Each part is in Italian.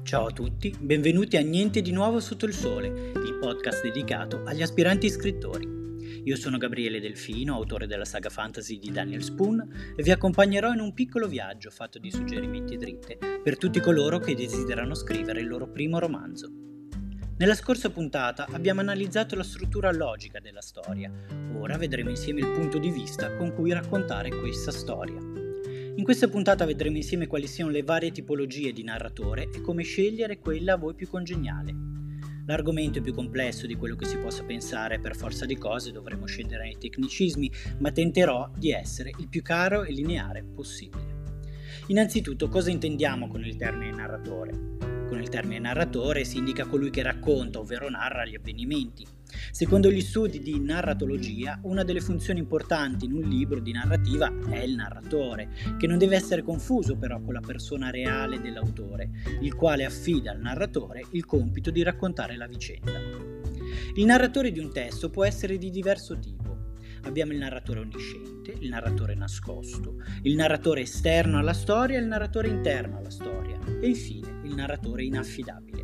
Ciao a tutti, benvenuti a Niente di nuovo sotto il sole, il podcast dedicato agli aspiranti scrittori. Io sono Gabriele Delfino, autore della saga fantasy di Daniel Spoon, e vi accompagnerò in un piccolo viaggio fatto di suggerimenti dritte per tutti coloro che desiderano scrivere il loro primo romanzo. Nella scorsa puntata abbiamo analizzato la struttura logica della storia, ora vedremo insieme il punto di vista con cui raccontare questa storia. In questa puntata vedremo insieme quali siano le varie tipologie di narratore e come scegliere quella a voi più congeniale. L'argomento è più complesso di quello che si possa pensare, per forza di cose dovremo scendere nei tecnicismi, ma tenterò di essere il più chiaro e lineare possibile. Innanzitutto, cosa intendiamo con il termine narratore? Con il termine narratore si indica colui che racconta, ovvero narra gli avvenimenti. Secondo gli studi di narratologia, una delle funzioni importanti in un libro di narrativa è il narratore, che non deve essere confuso però con la persona reale dell'autore, il quale affida al narratore il compito di raccontare la vicenda. Il narratore di un testo può essere di diverso tipo. Abbiamo il narratore onnisciente, il narratore nascosto, il narratore esterno alla storia e il narratore interno alla storia, e infine il narratore inaffidabile.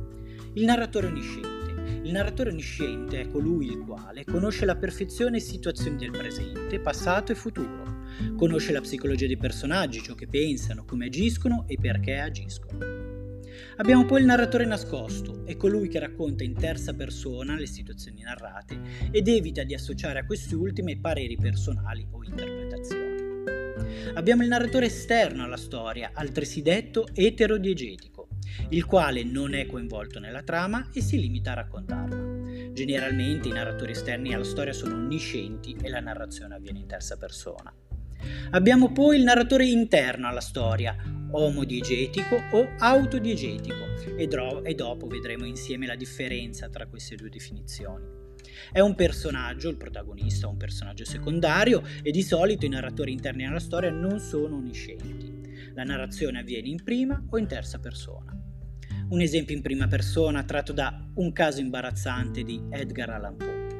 Il narratore onnisciente. Il narratore onnisciente è colui il quale conosce alla perfezione situazioni del presente, passato e futuro. Conosce la psicologia dei personaggi, ciò che pensano, come agiscono e perché agiscono. Abbiamo poi il narratore nascosto, è colui che racconta in terza persona le situazioni narrate ed evita di associare a queste ultime pareri personali o interpretazioni. Abbiamo il narratore esterno alla storia, altresì detto eterodiegetico, il quale non è coinvolto nella trama e si limita a raccontarla. Generalmente i narratori esterni alla storia sono onniscienti e la narrazione avviene in terza persona. Abbiamo poi il narratore interno alla storia, omodiegetico o autodiegetico, e dopo vedremo insieme la differenza tra queste due definizioni. È un personaggio, il protagonista è un personaggio secondario e di solito i narratori interni alla storia non sono onniscienti. La narrazione avviene in prima o in terza persona. Un esempio in prima persona tratto da Un caso imbarazzante di Edgar Allan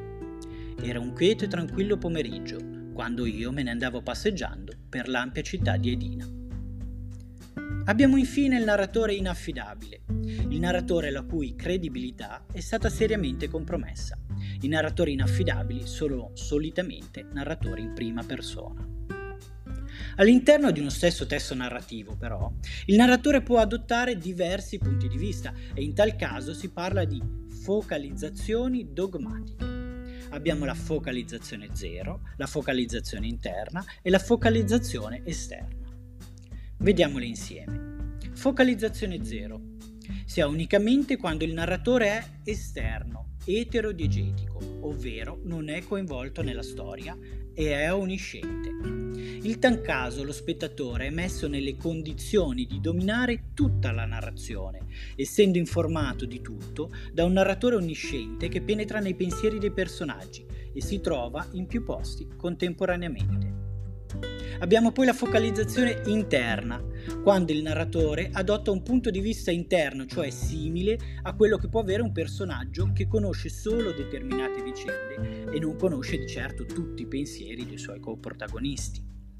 Poe. Era un quieto e tranquillo pomeriggio, quando io me ne andavo passeggiando per l'ampia città di Edina. Abbiamo infine il narratore inaffidabile, il narratore la cui credibilità è stata seriamente compromessa. I narratori inaffidabili sono solitamente narratori in prima persona. All'interno di uno stesso testo narrativo, però, il narratore può adottare diversi punti di vista e in tal caso si parla di focalizzazioni dogmatiche. Abbiamo la focalizzazione zero, la focalizzazione interna e la focalizzazione esterna. Vediamole insieme. Focalizzazione zero. Si ha unicamente quando il narratore è esterno, eterodiegetico, ovvero non è coinvolto nella storia e è onnisciente. In tal caso lo spettatore è messo nelle condizioni di dominare tutta la narrazione, essendo informato di tutto da un narratore onnisciente che penetra nei pensieri dei personaggi e si trova in più posti contemporaneamente. Abbiamo poi la focalizzazione interna, quando il narratore adotta un punto di vista interno, cioè simile a quello che può avere un personaggio che conosce solo determinate vicende e non conosce di certo tutti i pensieri dei suoi coprotagonisti.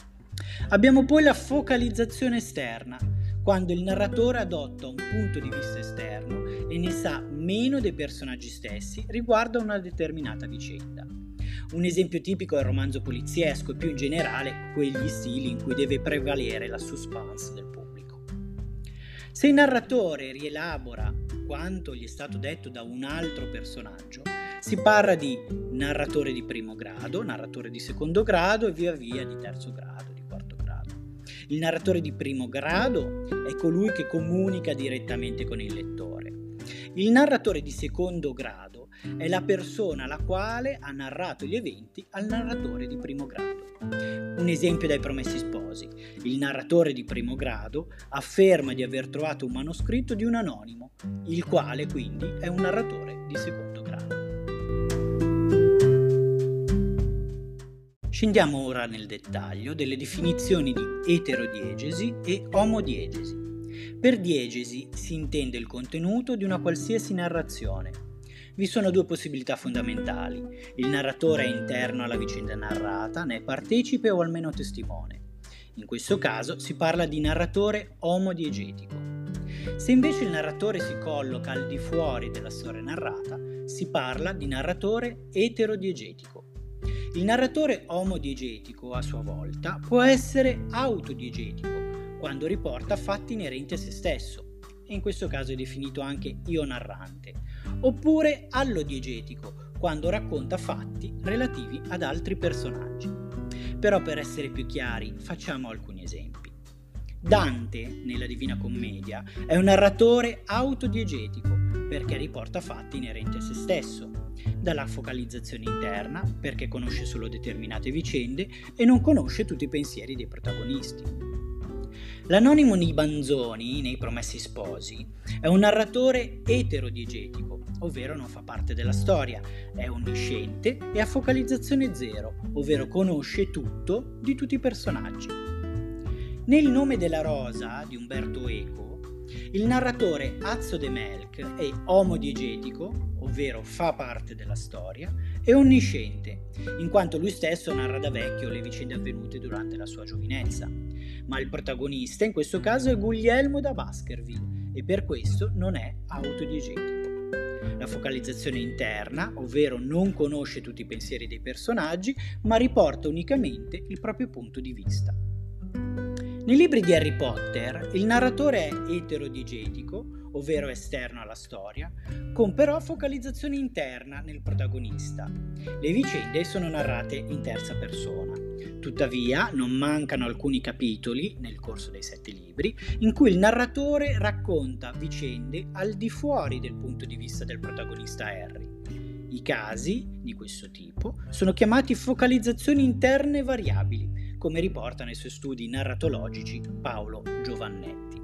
Abbiamo poi la focalizzazione esterna, quando il narratore adotta un punto di vista esterno e ne sa meno dei personaggi stessi riguardo a una determinata vicenda. Un esempio tipico è il romanzo poliziesco e più in generale quegli stili in cui deve prevalere la suspense del pubblico. Se il narratore rielabora quanto gli è stato detto da un altro personaggio, si parla di narratore di primo grado, narratore di secondo grado e via via di terzo grado, di quarto grado. Il narratore di primo grado è colui che comunica direttamente con il lettore. Il narratore di secondo grado è la persona la quale ha narrato gli eventi al narratore di primo grado. Un esempio dai Promessi Sposi. Il narratore di primo grado afferma di aver trovato un manoscritto di un anonimo, il quale quindi è un narratore di secondo grado. Scendiamo ora nel dettaglio delle definizioni di eterodiegesi e omodiegesi. Per diegesi si intende il contenuto di una qualsiasi narrazione. Vi sono due possibilità fondamentali. Il narratore è interno alla vicenda narrata, ne è partecipe o almeno testimone. In questo caso si parla di narratore omodiegetico. Se invece il narratore si colloca al di fuori della storia narrata, si parla di narratore eterodiegetico. Il narratore omodiegetico, a sua volta, può essere autodiegetico, quando riporta fatti inerenti a se stesso, e in questo caso è definito anche io narrante, oppure allodiegetico, quando racconta fatti relativi ad altri personaggi. Però per essere più chiari, facciamo alcuni esempi. Dante, nella Divina Commedia, è un narratore autodiegetico, perché riporta fatti inerenti a se stesso, dalla focalizzazione interna, perché conosce solo determinate vicende e non conosce tutti i pensieri dei protagonisti. L'anonimo Nibanzoni, nei Promessi Sposi, è un narratore eterodiegetico, ovvero non fa parte della storia, è onnisciente e ha focalizzazione zero, ovvero conosce tutto di tutti i personaggi. Nel Nome della Rosa di Umberto Eco, il narratore Azzo de Melk è omodiegetico, ovvero fa parte della storia, e onnisciente, in quanto lui stesso narra da vecchio le vicende avvenute durante la sua giovinezza. Ma il protagonista in questo caso è Guglielmo da Baskerville e per questo non è autodiegetico. La focalizzazione interna, ovvero non conosce tutti i pensieri dei personaggi, ma riporta unicamente il proprio punto di vista. Nei libri di Harry Potter il narratore è eterodiegetico, ovvero esterno alla storia, con però focalizzazione interna nel protagonista. Le vicende sono narrate in terza persona. Tuttavia non mancano alcuni capitoli, nel corso dei 7 libri, in cui il narratore racconta vicende al di fuori del punto di vista del protagonista Harry. I casi di questo tipo sono chiamati focalizzazioni interne variabili, come riporta nei suoi studi narratologici Paolo Giovannetti.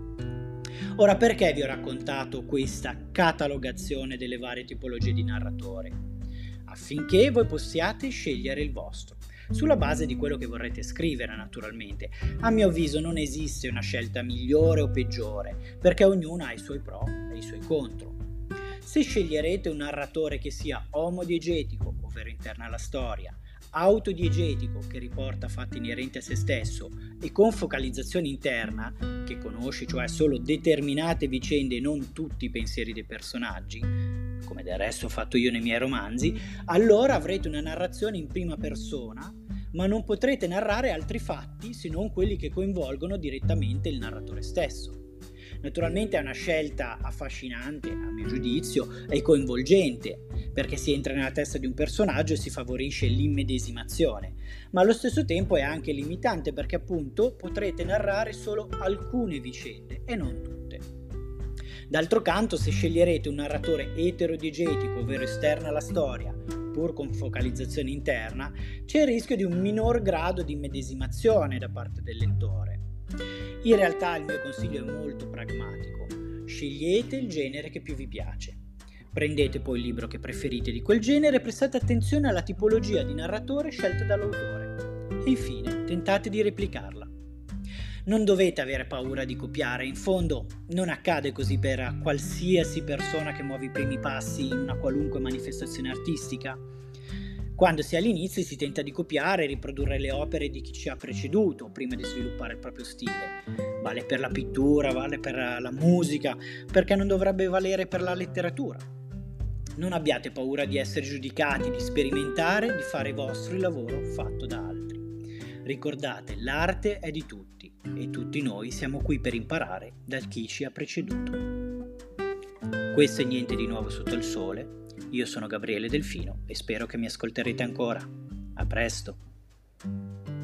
Ora, perché vi ho raccontato questa catalogazione delle varie tipologie di narratore? Affinché voi possiate scegliere il vostro, sulla base di quello che vorrete scrivere naturalmente. A mio avviso non esiste una scelta migliore o peggiore, perché ognuno ha i suoi pro e i suoi contro. Se sceglierete un narratore che sia omodiegetico, ovvero interna alla storia, autodiegetico, che riporta fatti inerenti a se stesso, e con focalizzazione interna, che conosce cioè solo determinate vicende e non tutti i pensieri dei personaggi, come del resto ho fatto io nei miei romanzi, allora avrete una narrazione in prima persona, ma non potrete narrare altri fatti se non quelli che coinvolgono direttamente il narratore stesso. Naturalmente è una scelta affascinante, a mio giudizio, e coinvolgente, perché si entra nella testa di un personaggio e si favorisce l'immedesimazione, ma allo stesso tempo è anche limitante, perché appunto potrete narrare solo alcune vicende e non tutte. D'altro canto, se sceglierete un narratore eterodiegetico, ovvero esterno alla storia, pur con focalizzazione interna, c'è il rischio di un minor grado di immedesimazione da parte del lettore. In realtà il mio consiglio è molto pragmatico: scegliete il genere che più vi piace. Prendete poi il libro che preferite di quel genere e prestate attenzione alla tipologia di narratore scelta dall'autore. E infine tentate di replicarla. Non dovete avere paura di copiare, in fondo non accade così per qualsiasi persona che muove i primi passi in una qualunque manifestazione artistica. Quando si è all'inizio si tenta di copiare e riprodurre le opere di chi ci ha preceduto prima di sviluppare il proprio stile. Vale per la pittura, vale per la musica, perché non dovrebbe valere per la letteratura. Non abbiate paura di essere giudicati, di sperimentare, di fare vostro il lavoro fatto da altri. Ricordate, l'arte è di tutti e tutti noi siamo qui per imparare da chi ci ha preceduto. Questo è Niente di nuovo sotto il sole. Io sono Gabriele Delfino e spero che mi ascolterete ancora. A presto!